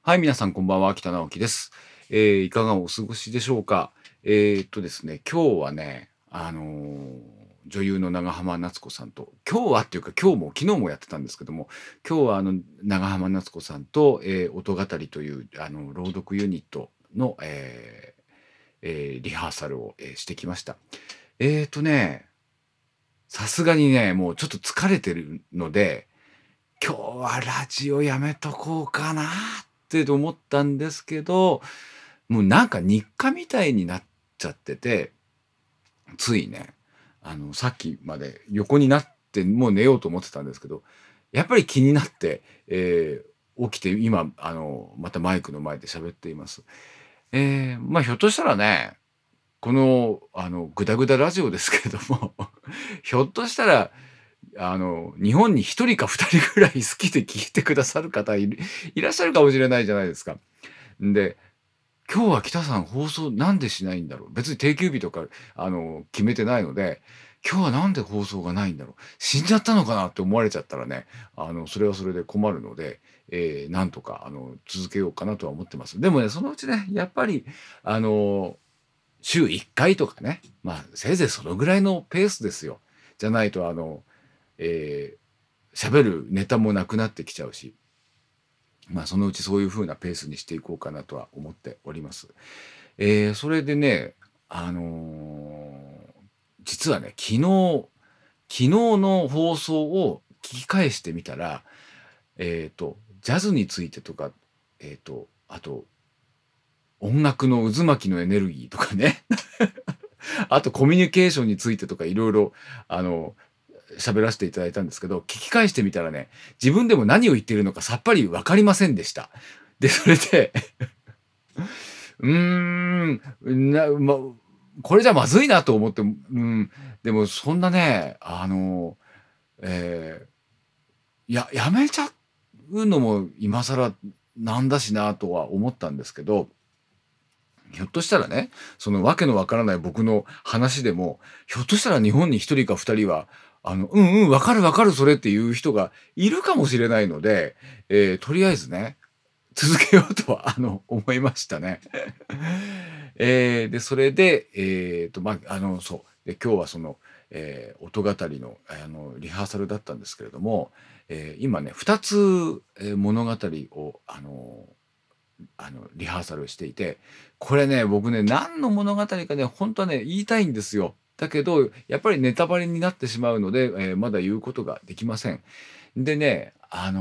はい、皆さんこんばんは、北直樹です。いかがお過ごしでしょうか。ですね、今日はね、女優の長濱夏子さんと、今日はっていうか、今日も昨日もやってたんですけども、今日は長濱夏子さんと、音語りという、朗読ユニットの、リハーサルを、してきました。ね、さすがにね、もうちょっと疲れてるので、今日はラジオやめとこうかなって思ったんですけど、もうなんか日課みたいになっちゃってて、ついね、さっきまで横になってもう寝ようと思ってたんですけど、やっぱり気になって、起きて今、またマイクの前で喋っています。ひょっとしたらね、この、グダグダラジオですけれども、ひょっとしたら、日本に1人か2人ぐらい好きで聞いてくださる方いらっしゃるかもしれないじゃないですか。んで、今日は北さん放送なんでしないんだろう。別に定休日とか、決めてないので、今日はなんで放送がないんだろう。死んじゃったのかなって思われちゃったらね、それはそれで困るので、なんとか、続けようかなとは思ってます。でもね、そのうちね、やっぱり、あの、週1回とかね、せいぜいそのぐらいのペースですよ。じゃないと、え喋るネタもなくなってきちゃうし、そのうちそういう風なペースにしていこうかなとは思っております。それでね、あの、実はね、昨日の放送を聞き返してみたら、ジャズについてとか、あと、音楽の渦巻きのエネルギーとかね、あとコミュニケーションについてとかいろいろ、あの、喋らせていただいたんですけど、聞き返してみたらね、自分でも何を言っているのかさっぱり分かりませんでした。で、それでうーん、これじゃまずいなと思って、でもそんなね、えやめちゃうのも今更なんだしなとは思ったんですけど、ひょっとしたらね、そのわけのわからない僕の話でも、ひょっとしたら日本に1人か2人は、うんうん、わかるわかるそれっていう人がいるかもしれないので、とりあえずね、続けようとは、思いましたね。で、それで、そう。で、今日はその、音語りの、リハーサルだったんですけれども、今ね、2つ、物語を、リハーサルしていて、これね、僕ね、何の物語かね、本当はね、言いたいんですよ。だけど、やっぱりネタバレになってしまうので、まだ言うことができません。でね、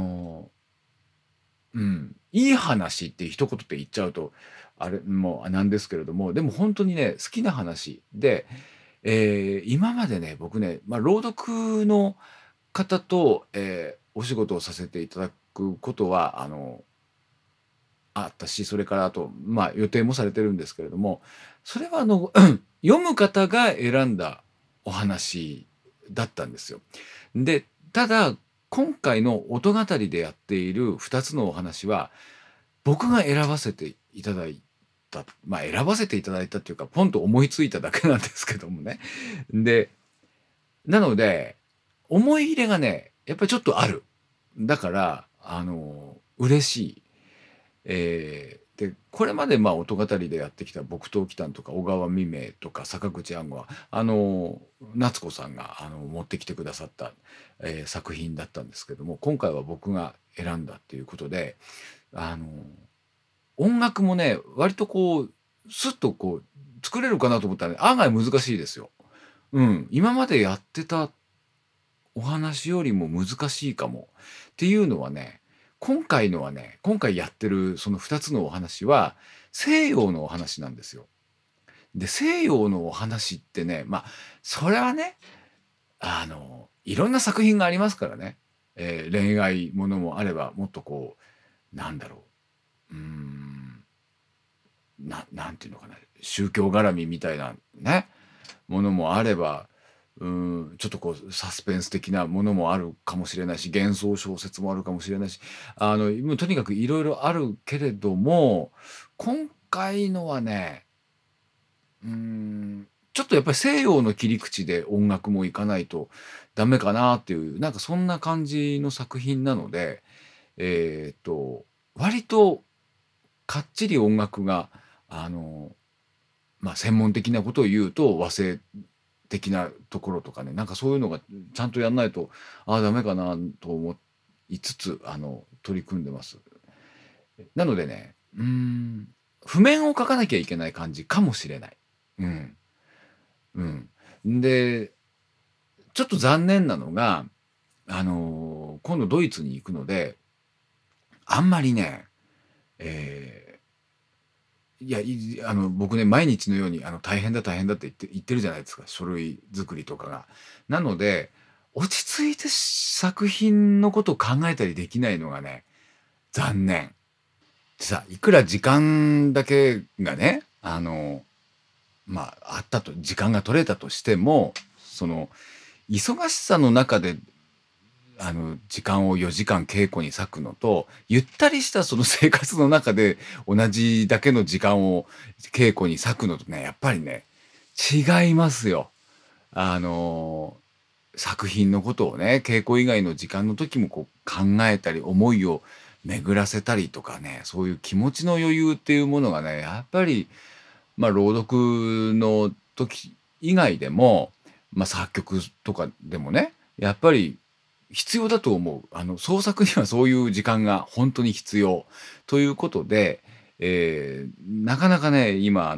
いい話って一言で言っちゃうと、あれ、もうなんですけれども、でも本当にね、好きな話で、今までね、僕ね、朗読の方と、お仕事をさせていただくことは、あったし、それからあと、予定もされてるんですけれども、それは読む方が選んだお話だったんですよ。で、ただ、今回の音語りでやっている2つのお話は、僕が選ばせていただいた、選ばせていただいたっていうか、ポンと思いついただけなんですけどもね。で、なので、思い入れがね、やっぱりちょっとある。だから、嬉しい。で、これまで音語りでやってきた僕ときたんとか小川未明とか坂口安吾は夏子さんが持ってきてくださった、作品だったんですけども、今回は僕が選んだっていうことで、あの音楽もね、割とこう、スッとこう作れるかなと思ったらね、案外難しいですよ。うん、今までやってたお話よりも難しいかも。っていうのはね、今回やってるその2つのお話は、西洋のお話なんですよ。で、西洋のお話ってね、それはね、いろんな作品がありますからね。恋愛ものもあれば、もっとこう、なんだろう、なんていうのかな、宗教絡みみたいなね、ものもあれば、ちょっとこうサスペンス的なものもあるかもしれないし、幻想小説もあるかもしれないし、もうとにかくいろいろあるけれども、今回のはね、ちょっとやっぱり西洋の切り口で音楽もいかないとダメかなっていう、そんな感じの作品なので、えっと、割とかっちり音楽が専門的なことを言うと和声的なところとかね、なんかそういうのがちゃんとやんないと、ああ、ダメかなと思いつつ、取り組んでます。なのでね、譜面を書かなきゃいけない感じかもしれない。うん。うん。で、ちょっと残念なのが、今度ドイツに行くので、あんまりね、えいや、僕ね、毎日のように、大変だ大変だって言ってるじゃないですか、書類作りとかが。なので、落ち着いて作品のことを考えたりできないのがね、残念。さ、いくら時間だけがね、あったと時間が取れたとしても、その、忙しさの中で時間を4時間稽古に割くのと、ゆったりしたその生活の中で同じだけの時間を稽古に割くのとね、やっぱりね、違いますよ。あの、作品のことをね、稽古以外の時間の時もこう考えたり、思いを巡らせたりとかね、そういう気持ちの余裕っていうものがね、やっぱり、朗読の時以外でも、作曲とかでもね、やっぱり必要だと思う。創作にはそういう時間が本当に必要ということで、なかなかね、今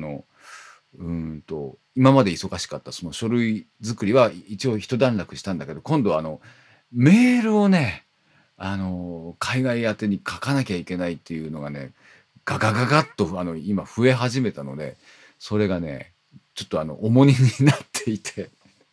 今まで忙しかったその書類作りは一応一段落したんだけど、今度はメールをね、海外宛てに書かなきゃいけないっていうのがね、ガガガガッと今増え始めたので、それがね、ちょっと重荷になっていて、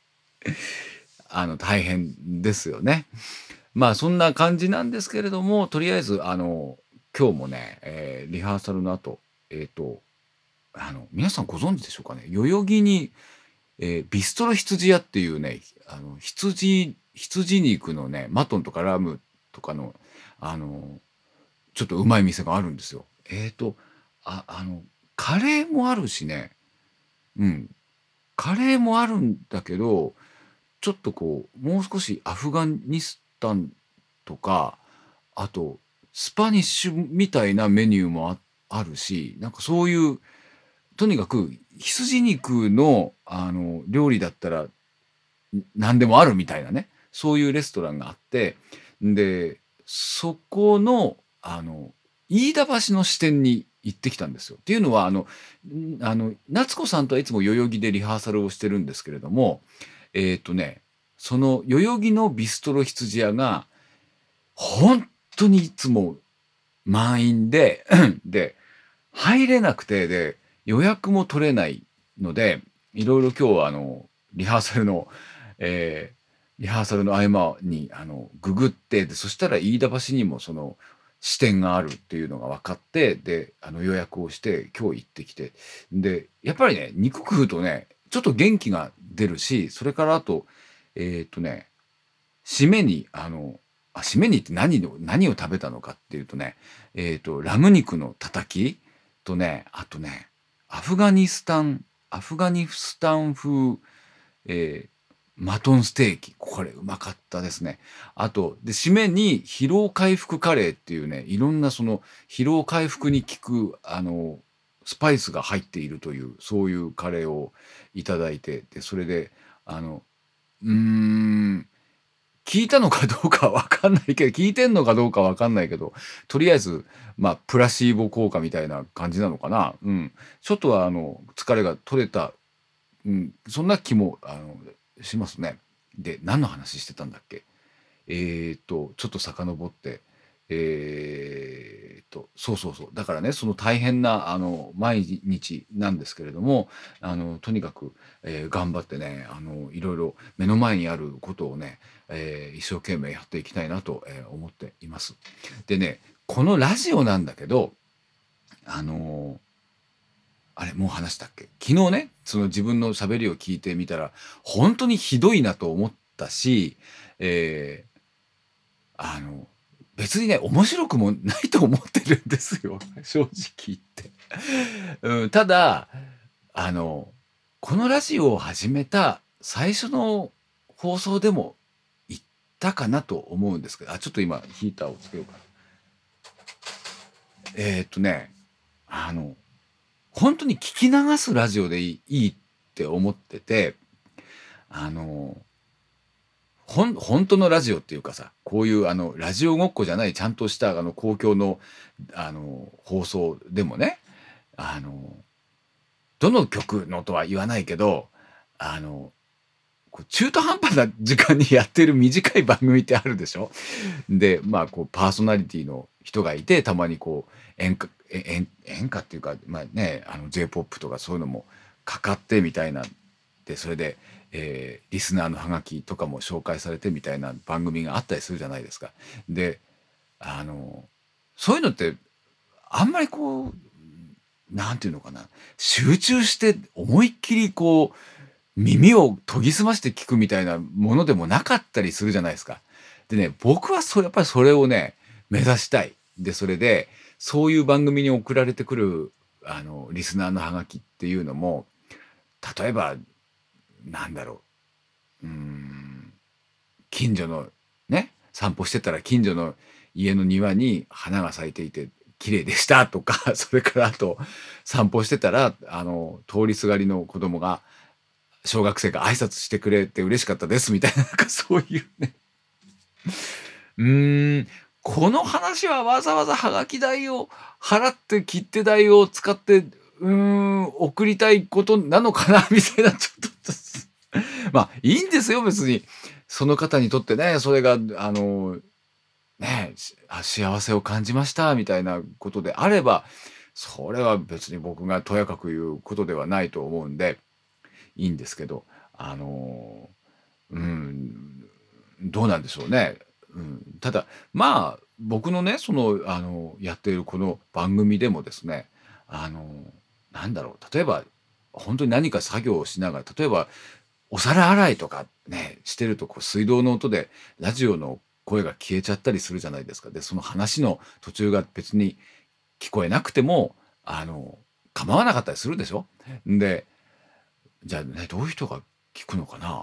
大変ですよね。そんな感じなんですけれども、とりあえず今日もね、リハーサルの後、えっと、皆さんご存知でしょうかね。代々木に、ビストロ羊屋っていうね、羊肉のね、マトンとかラムとかの、あの、ちょっとうまい店があるんですよ。ああの、カレーもあるしね、うん、カレーもあるんだけど、ちょっとこう、もう少しアフガニスタンとか、あと、スパニッシュみたいなメニューもあるし、なんかそういう、とにかく羊肉の、料理だったら、何でもあるみたいなね、そういうレストランがあって、で、そこの、飯田橋の支店に行ってきたんですよ。っていうのは、夏子さんとはいつも代々木でリハーサルをしてるんですけれども、えっとね、その代々木のビストロ羊屋が、本当にいつも満員で、で、入れなくて、で、予約も取れないので、いろいろ今日はリハーサルの、えリハーサルの合間にググって、で、そしたら飯田橋にもその支店があるっていうのが分かって、で、予約をして今日行ってきて、で、やっぱりね、肉食うとね、ちょっと元気が出るし、それからあと、えっとね、締めに締めにって何を食べたのかっていうとね、ラム肉のたたきとね、あとね、アフガニスタン風、えーマトンステーキ。これうまかったですね。あと、で、締めに疲労回復カレーっていうね、いろんなその疲労回復に効く、スパイスが入っているという、そういうカレーをいただいて、で、それで、あの、うーん、聞いたのかどうかわかんないけど、聞いてんのかどうかわかんないけど、とりあえず、プラシーボ効果みたいな感じなのかな。うん。ちょっとは疲れが取れた、そんな気も、しますね。で、何の話してたんだっけ？ちょっと遡って、そうそうそう。だからね、その大変な、毎日なんですけれども、とにかく、頑張ってね、いろいろ目の前にあることをね、一生懸命やっていきたいなと、思っています。でね、このラジオなんだけど、あの、あれ、もう話したっけ？昨日ね、その自分の喋りを聞いてみたら、本当にひどいなと思ったし、えーあの、別にね、面白くもないと思ってるんですよ、正直言って。ただ、あの、このラジオを始めた最初の放送でも言ったかなと思うんですけど、ちょっと今ヒーターをつけようかな。えーっとねあの、本当に聞き流すラジオでいいって思ってて、あの、本当のラジオっていうかさ、こういうラジオごっこじゃないちゃんとした公共の放送でもね、あの、どの曲のとは言わないけど、あの、こう中途半端な時間にやってる短い番組ってあるでしょ。で、まあ、こうパーソナリティの人がいて、たまにこう演歌っていうか、まあね、J-POP とかそういうのもかかってみたいな、で、それで、リスナーのハガキとかも紹介されてみたいな番組があったりするじゃないですか。で、あの、そういうのってあんまりこう、なんていうのかな、集中して思いっきりこう耳を研ぎ澄まして聞くみたいなものでもなかったりするじゃないですか。でね、僕はやっぱりそれをね、目指したい。で、それで、そういう番組に送られてくる、リスナーのハガキっていうのも、例えば、なんだろう、近所のね、散歩してたら近所の家の庭に花が咲いていて綺麗でしたとか、それからあと散歩してたら、通りすがりの子供が小学生が挨拶してくれて嬉しかったですみたいな、なんかそういうね。うーん、この話はわざわざはがき代を払って切手代を使って、送りたいことなのかなみたいな、ちょっとまあ、いいんですよ、別に。その方にとってね、それがね、幸せを感じましたみたいなことであれば、それは別に僕がとやかく言うことではないと思うんで、いいんですけど、あのうん、どうなんでしょうね。ただ、まあ、僕のね、やっているこの番組でもですね、あの、なんだろう、例えば、本当に何か作業をしながら、例えば、お皿洗いとかね、してると、こう、水道の音でラジオの声が消えちゃったりするじゃないですか。で、その話の途中が別に聞こえなくても、あの、構わなかったりするでしょ。で、じゃあね、どういう人が聞くのかな。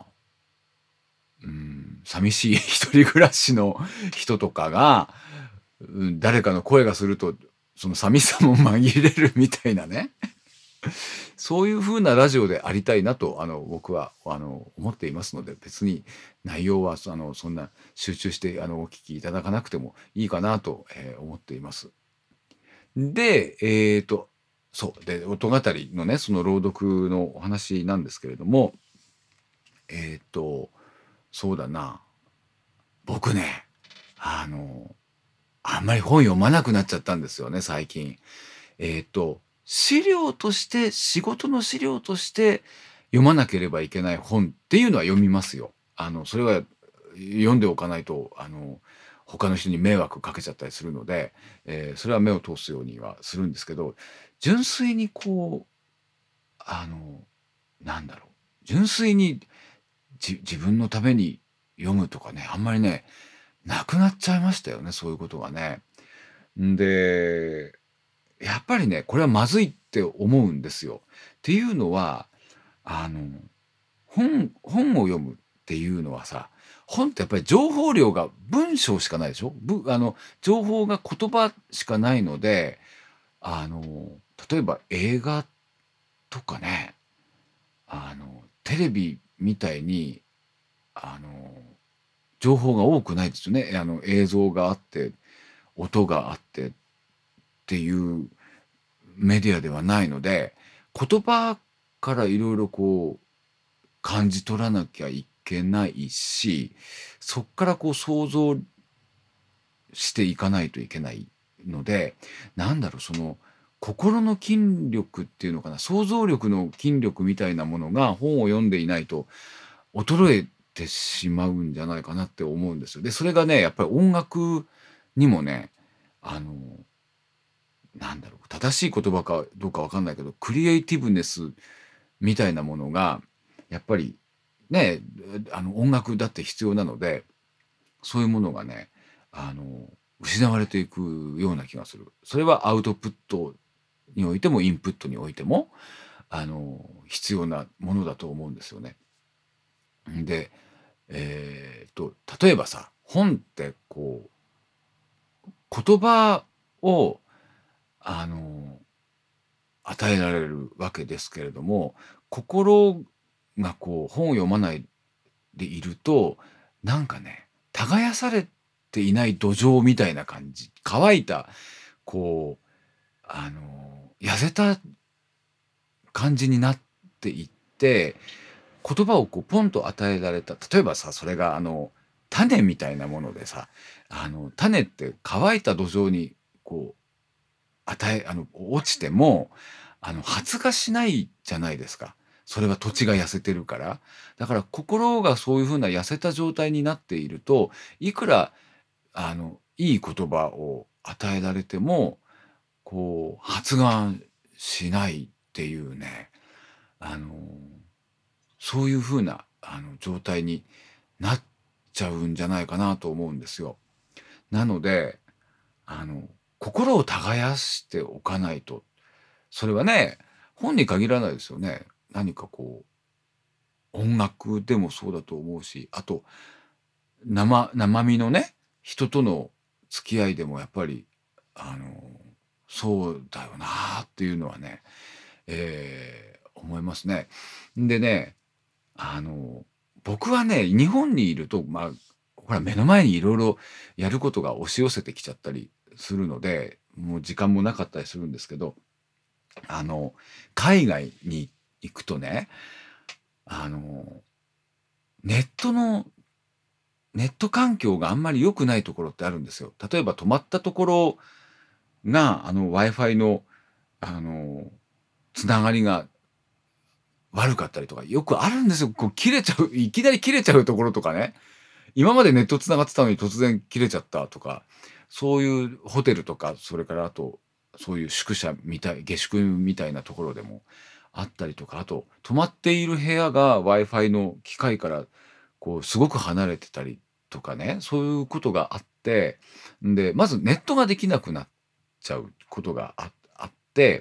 寂しい一人暮らしの人とかが、誰かの声がすると、その寂しさも紛れるみたいなね。そういう風なラジオでありたいなと、僕は、思っていますので、別に内容は、そんな集中して、お聞きいただかなくてもいいかなと、思っています。で、そう、で、音語りのね、その朗読のお話なんですけれども、えっと、そうだな、僕ね、あのあんまり本読まなくなっちゃったんですよね、最近。資料として、仕事の資料として読まなければいけない本っていうのは読みますよ。それは読んでおかないと、他の人に迷惑かけちゃったりするので、それは目を通すようにはするんですけど、純粋にこう、あの、なんだろう、純粋に自分のために読むとかね、あんまりね、なくなっちゃいましたよね、そういうことがね。んで、やっぱりね、これはまずいって思うんですよ。っていうのは、あの、本を読むっていうのはさ、本ってやっぱり情報量が文章しかないでしょ。情報が言葉しかないので、あの、例えば映画とかね、テレビみたいに、あの、情報が多くないですよね。映像があって、音があってっていうメディアではないので、言葉からいろいろこう感じ取らなきゃいけないし、そっからこう想像していかないといけないので、なんだろう、心の筋力っていうのかな、想像力の筋力みたいなものが本を読んでいないと衰えてしまうんじゃないかなって思うんですよ。で、それがね、やっぱり音楽にもね、あのなんだろう、正しい言葉かどうかわかんないけど、クリエイティブネスみたいなものが、やっぱりね、音楽だって必要なので、そういうものがね、あの、失われていくような気がする。それはアウトプットにおいてもインプットにおいても、必要なものだと思うんですよね。で、例えばさ、本ってこう、言葉を、あの与えられるわけですけれども、心がこう本を読まないでいると、なんかね、耕されていない土壌みたいな感じ、乾いた、こう、痩せた感じになっていって、言葉をこうポンと与えられた、例えばさ、それが種みたいなものでさ、種って乾いた土壌にこう落ちても、発芽しないじゃないですか。それは土地が痩せてるから。だから心がそういう風な痩せた状態になっていると、いくら、いい言葉を与えられても、こう、発芽しないっていうね、あの、そういう風な、状態になっちゃうんじゃないかなと思うんですよ。なので、あの、心を耕しておかないと、それはね、本に限らないですよね。何かこう、音楽でもそうだと思うし、あと、生身のね、人との付き合いでもやっぱり、あの、そうだよなっていうのはね、思いますね。でね、あの、僕はね、日本にいると、まあ、ほら、目の前にいろいろやることが押し寄せてきちゃったりするので、もう時間もなかったりするんですけど、あの、海外に行くとね、あの、ネットのネット環境があんまり良くないところってあるんですよ。例えば泊まったところが、Wi-Fi の、あの、つながりが悪かったりとか、よくあるんですよ。こう切れちゃう、いきなり切れちゃうところとかね。今までネット繋がってたのに突然切れちゃったとか、そういうホテルとか、それからあと、そういう宿舎みたい下宿みたいなところでもあったりとか、あと、泊まっている部屋が Wi-Fi の機械から、こう、すごく離れてたりとかね、そういうことがあって、で、まずネットができなくなっちゃうことがあって、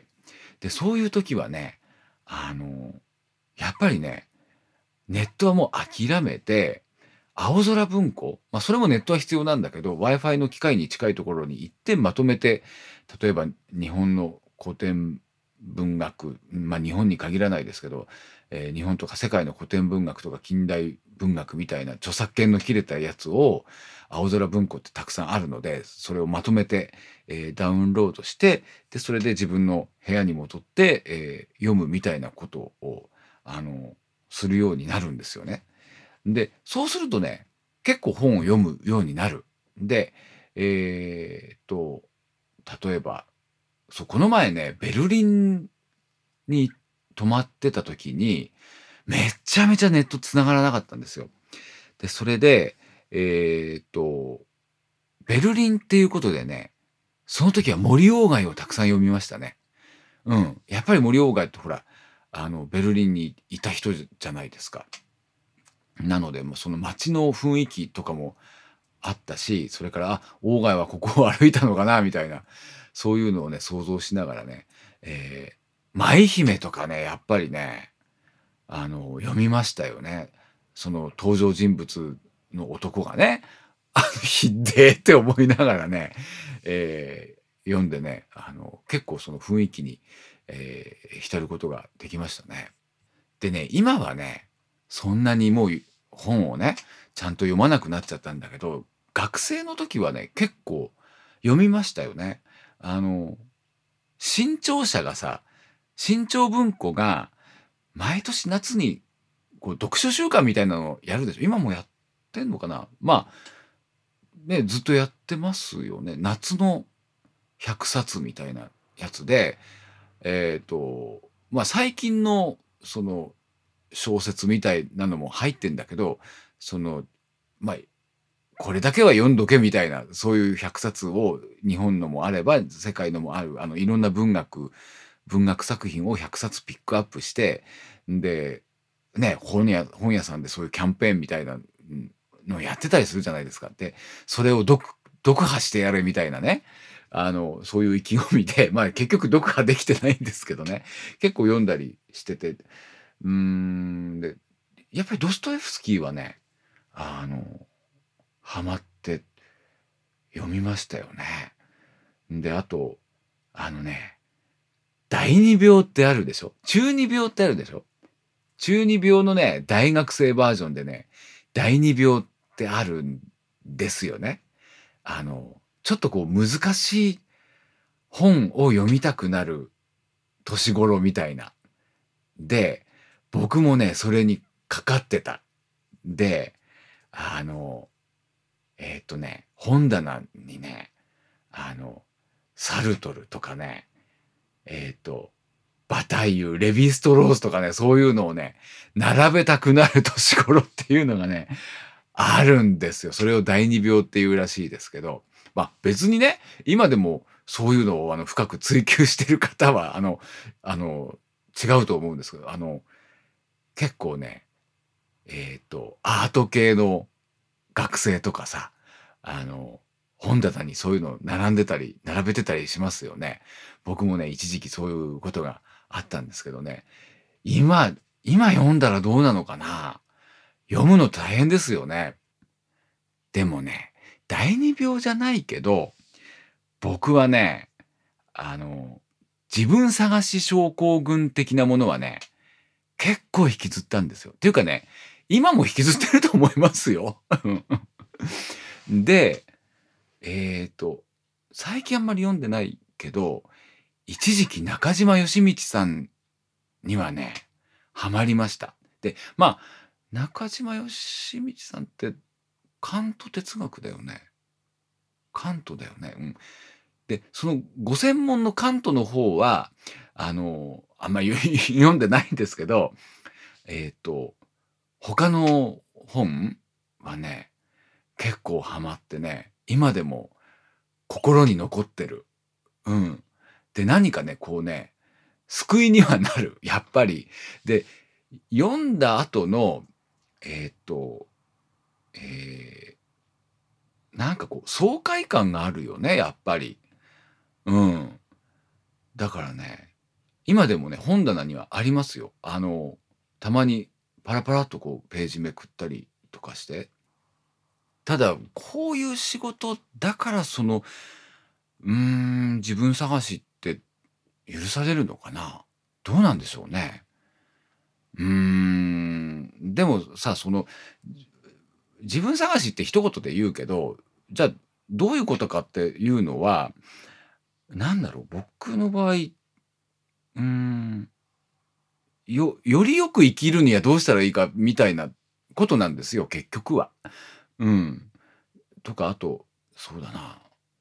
で、そういう時はね、あの、やっぱりね、ネットはもう諦めて、青空文庫、まあ、それもネットは必要なんだけど、Wi-Fi の機械に近いところに行ってまとめて、例えば日本の古典文学、まあ、日本に限らないですけど、日本とか世界の古典文学とか近代文学みたいな著作権の切れたやつを、青空文庫ってたくさんあるので、それをまとめて、ダウンロードして、で、それで自分の部屋に戻って、読むみたいなことを、するようになるんですよね。で、そうするとね、結構本を読むようになる。で、えーっと、例えば、そう、この前ね、ベルリンに泊まってた時に、めっちゃめちゃネット繋がらなかったんですよ。で、それで、えーっと、ベルリンっていうことでね、その時は森鴎外をたくさん読みましたね。うん。やっぱり森鴎外ってほら、ベルリンにいた人じゃないですか。なので、もうその街の雰囲気とかもあったし、それから、あ、鴎外はここを歩いたのかなみたいな、そういうのをね、想像しながらね、舞姫とかね、やっぱりね、読みましたよね。その登場人物の男がね、ひでえって思いながらね、読んでね、結構その雰囲気に、浸ることができましたね。でね、今はね、そんなにもう本をね、ちゃんと読まなくなっちゃったんだけど、学生の時はね、結構読みましたよね。あの、新潮社がさ、新潮文庫が毎年夏にこう読書週間みたいなのをやるでしょ。今もやってんのかな。まあ、ね、ずっとやってますよね。夏の100冊みたいなやつで、まあ、最近のその小説みたいなのも入ってんだけど、その、まあ、これだけは読んどけみたいな、そういう100冊を日本のもあれば、世界のもある、いろんな文学作品を100冊ピックアップして、んで、ね、本屋さんでそういうキャンペーンみたいなのやってたりするじゃないですか。で、それを読破してやれみたいなね、そういう意気込みで、まあ結局読破できてないんですけどね、結構読んだりしてて、で、やっぱりドストエフスキーはね、あの、ハマって読みましたよね。で、あと、あのね、 第二病ってあるでしょ。中二病ってあるでしょ。中二病のね、大学生バージョンでね、第二病ってあるんですよね。ちょっとこう難しい本を読みたくなる年頃みたいな。で、僕もね、それにかかってた。で、あの、本棚にね、あの、サルトルとかね、えっと、バタイユ、レヴィストロースとかね、そういうのをね、並べたくなる年頃っていうのがね、あるんですよ。それを第二病っていうらしいですけど、まあ別にね、今でもそういうのを深く追求してる方は、あの、違うと思うんですけど、結構ね、アート系の学生とかさ、あの、本棚にそういうの並んでたり、並べてたりしますよね。僕もね、一時期そういうことがあったんですけどね。今今読んだらどうなのかな？読むの大変ですよね。でもね、第二病じゃないけど、僕はね、あの、自分探し症候群的なものはね、結構引きずったんですよ。っていうかね、今も引きずってると思いますよ。で、えっと、最近あんまり読んでないけど、一時期中島義道さんにはね、ハマりました。で、まあ、中島義道さんってカント哲学だよね。カントだよね。うん。で、そのご専門のカントの方は、あんまり読んでないんですけど、えっと、他の本はね、結構ハマってね、今でも心に残ってる。うん。で、何かね、こうね、救いにはなる、やっぱり。で、読んだ後の、えっと、えなんかこう爽快感があるよね、やっぱり。うん。だからね、今でもね、本棚にはありますよ。たまにパラパラっとこうページめくったりとかして。ただ、こういう仕事だから自分探しって許されるのかな？どうなんでしょうね。でもさ、自分探しって一言で言うけど、じゃあ、どういうことかっていうのは、なんだろう、僕の場合、ーん、よりよく生きるにはどうしたらいいかみたいなことなんですよ、結局は。うん。とか、あと、そうだな、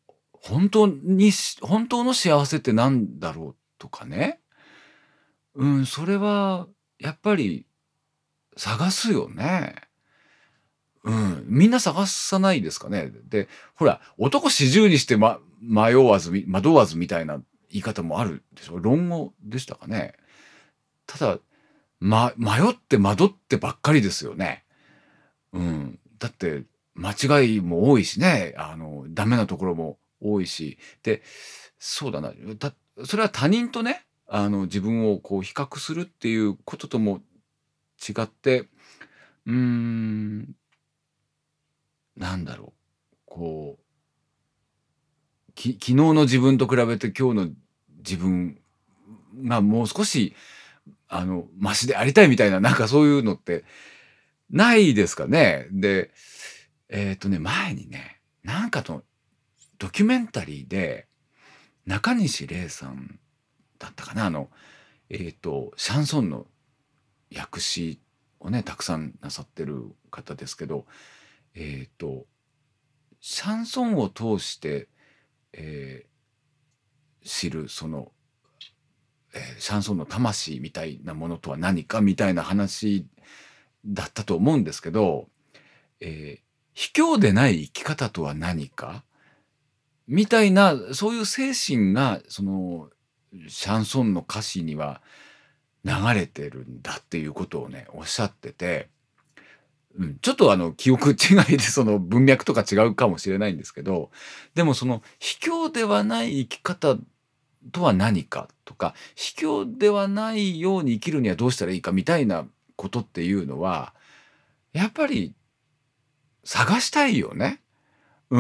本当の幸せってなんだろうとかね。それはやっぱり探すよね。みんな探さないですかね。で、ほら、男四十にして、惑わずみたいな言い方もあるでしょ。論語でしたかね。ただ、迷って惑ってばっかりですよね。だって、間違いも多いしね、ダメなところも多いし。で、そうだな、それは他人とね、自分をこう比較するっていうこととも違って、うーん、なんだろう、こう昨日の自分と比べて今日の自分がもう少し、マシでありたいみたいな、なんかそういうのってないですかね。で、前にね、なんかのドキュメンタリーで、中西礼さんだったかな、シャンソンの訳詞をね、たくさんなさってる方ですけど、えっと、シャンソンを通して、え知る、シャンソンの魂みたいなものとは何かみたいな話だったと思うんですけど、卑怯でない生き方とは何かみたいな、そういう精神が、シャンソンの歌詞には流れてるんだっていうことをね、おっしゃってて、ちょっと記憶違いでその文脈とか違うかもしれないんですけど、でもその卑怯ではない生き方とは何かとか、卑怯ではないように生きるにはどうしたらいいかみたいなことっていうのは、やっぱり探したいよね。うん。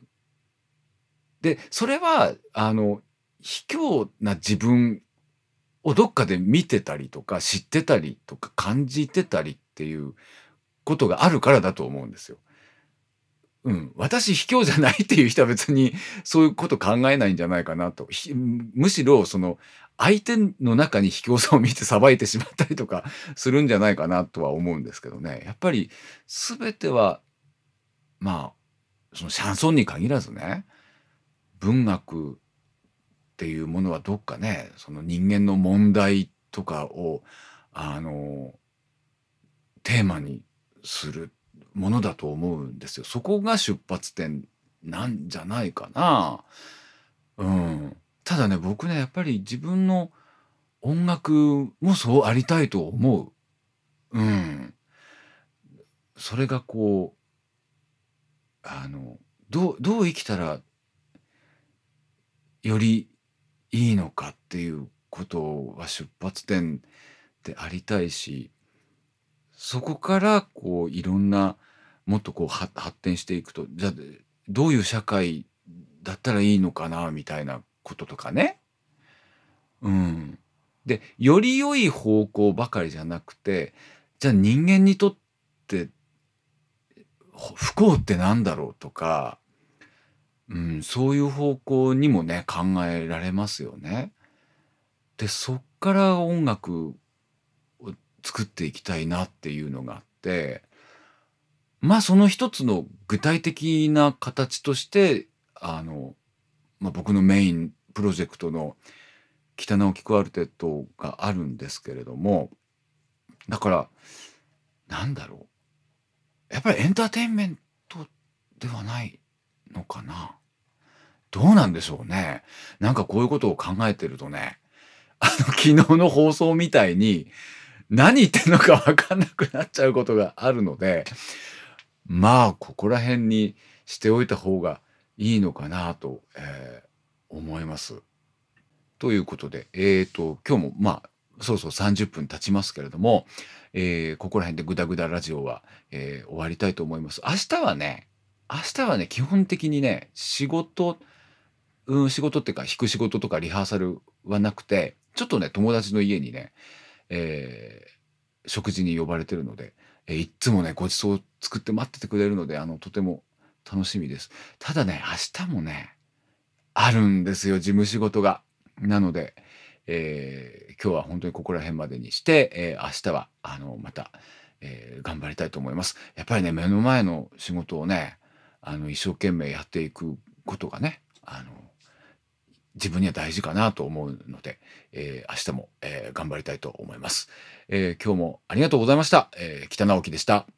で、それは卑怯な自分をどっかで見てたりとか知ってたりとか感じてたりっていうことがあるからだと思うんですよ。うん、私卑怯じゃないっていう人は別にそういうこと考えないんじゃないかなと。むしろその相手の中に卑怯さを見て裁いてしまったりとかするんじゃないかなとは思うんですけどね。やっぱり全ては、まあ、そのシャンソンに限らずね、文学っていうものはどっかね、その人間の問題とかを、あの、テーマにするものだと思うんですよ。そこが出発点なんじゃないかな。うん。ただね、僕ね、やっぱり自分の音楽もそうありたいと思う。うん。それがこう、あの、どう生きたらよりいいのかっていうことは出発点でありたいし、そこからこういろんなもっとこう発展していくと、じゃあどういう社会だったらいいのかなみたいなこととかね。うん。で、より良い方向ばかりじゃなくて、じゃあ人間にとって不幸ってなんだろうとか、うん、そういう方向にもね、考えられますよね。で、そっから音楽を作っていきたいなっていうのがあって、まあ、その一つの具体的な形として、僕のメインプロジェクトの北直樹クワルテットがあるんですけれども、だから、なんだろう、やっぱりエンターテインメントではないのかな。どうなんでしょうね。なんかこういうことを考えてるとね、昨日の放送みたいに、何言ってんのか分かんなくなっちゃうことがあるので、まあ、ここら辺にしておいた方がいいのかなと、思います。ということで、今日も、まあ、そうそう30分経ちますけれども、ここら辺でグダグダラジオは、終わりたいと思います。明日はね、基本的にね、仕事っていうか、弾く仕事とかリハーサルはなくて、ちょっとね、友達の家にね、え食事に呼ばれてるので、いっつもね、ご馳走作って待っててくれるので、とても楽しみです。ただね、明日もね、あるんですよ、事務仕事が。なので、今日は本当にここら辺までにして、明日は、また、頑張りたいと思います。やっぱりね、目の前の仕事をね、一生懸命やっていくことがね、自分には大事かなと思うので、明日も、頑張りたいと思います。今日もありがとうございました。北直樹でした。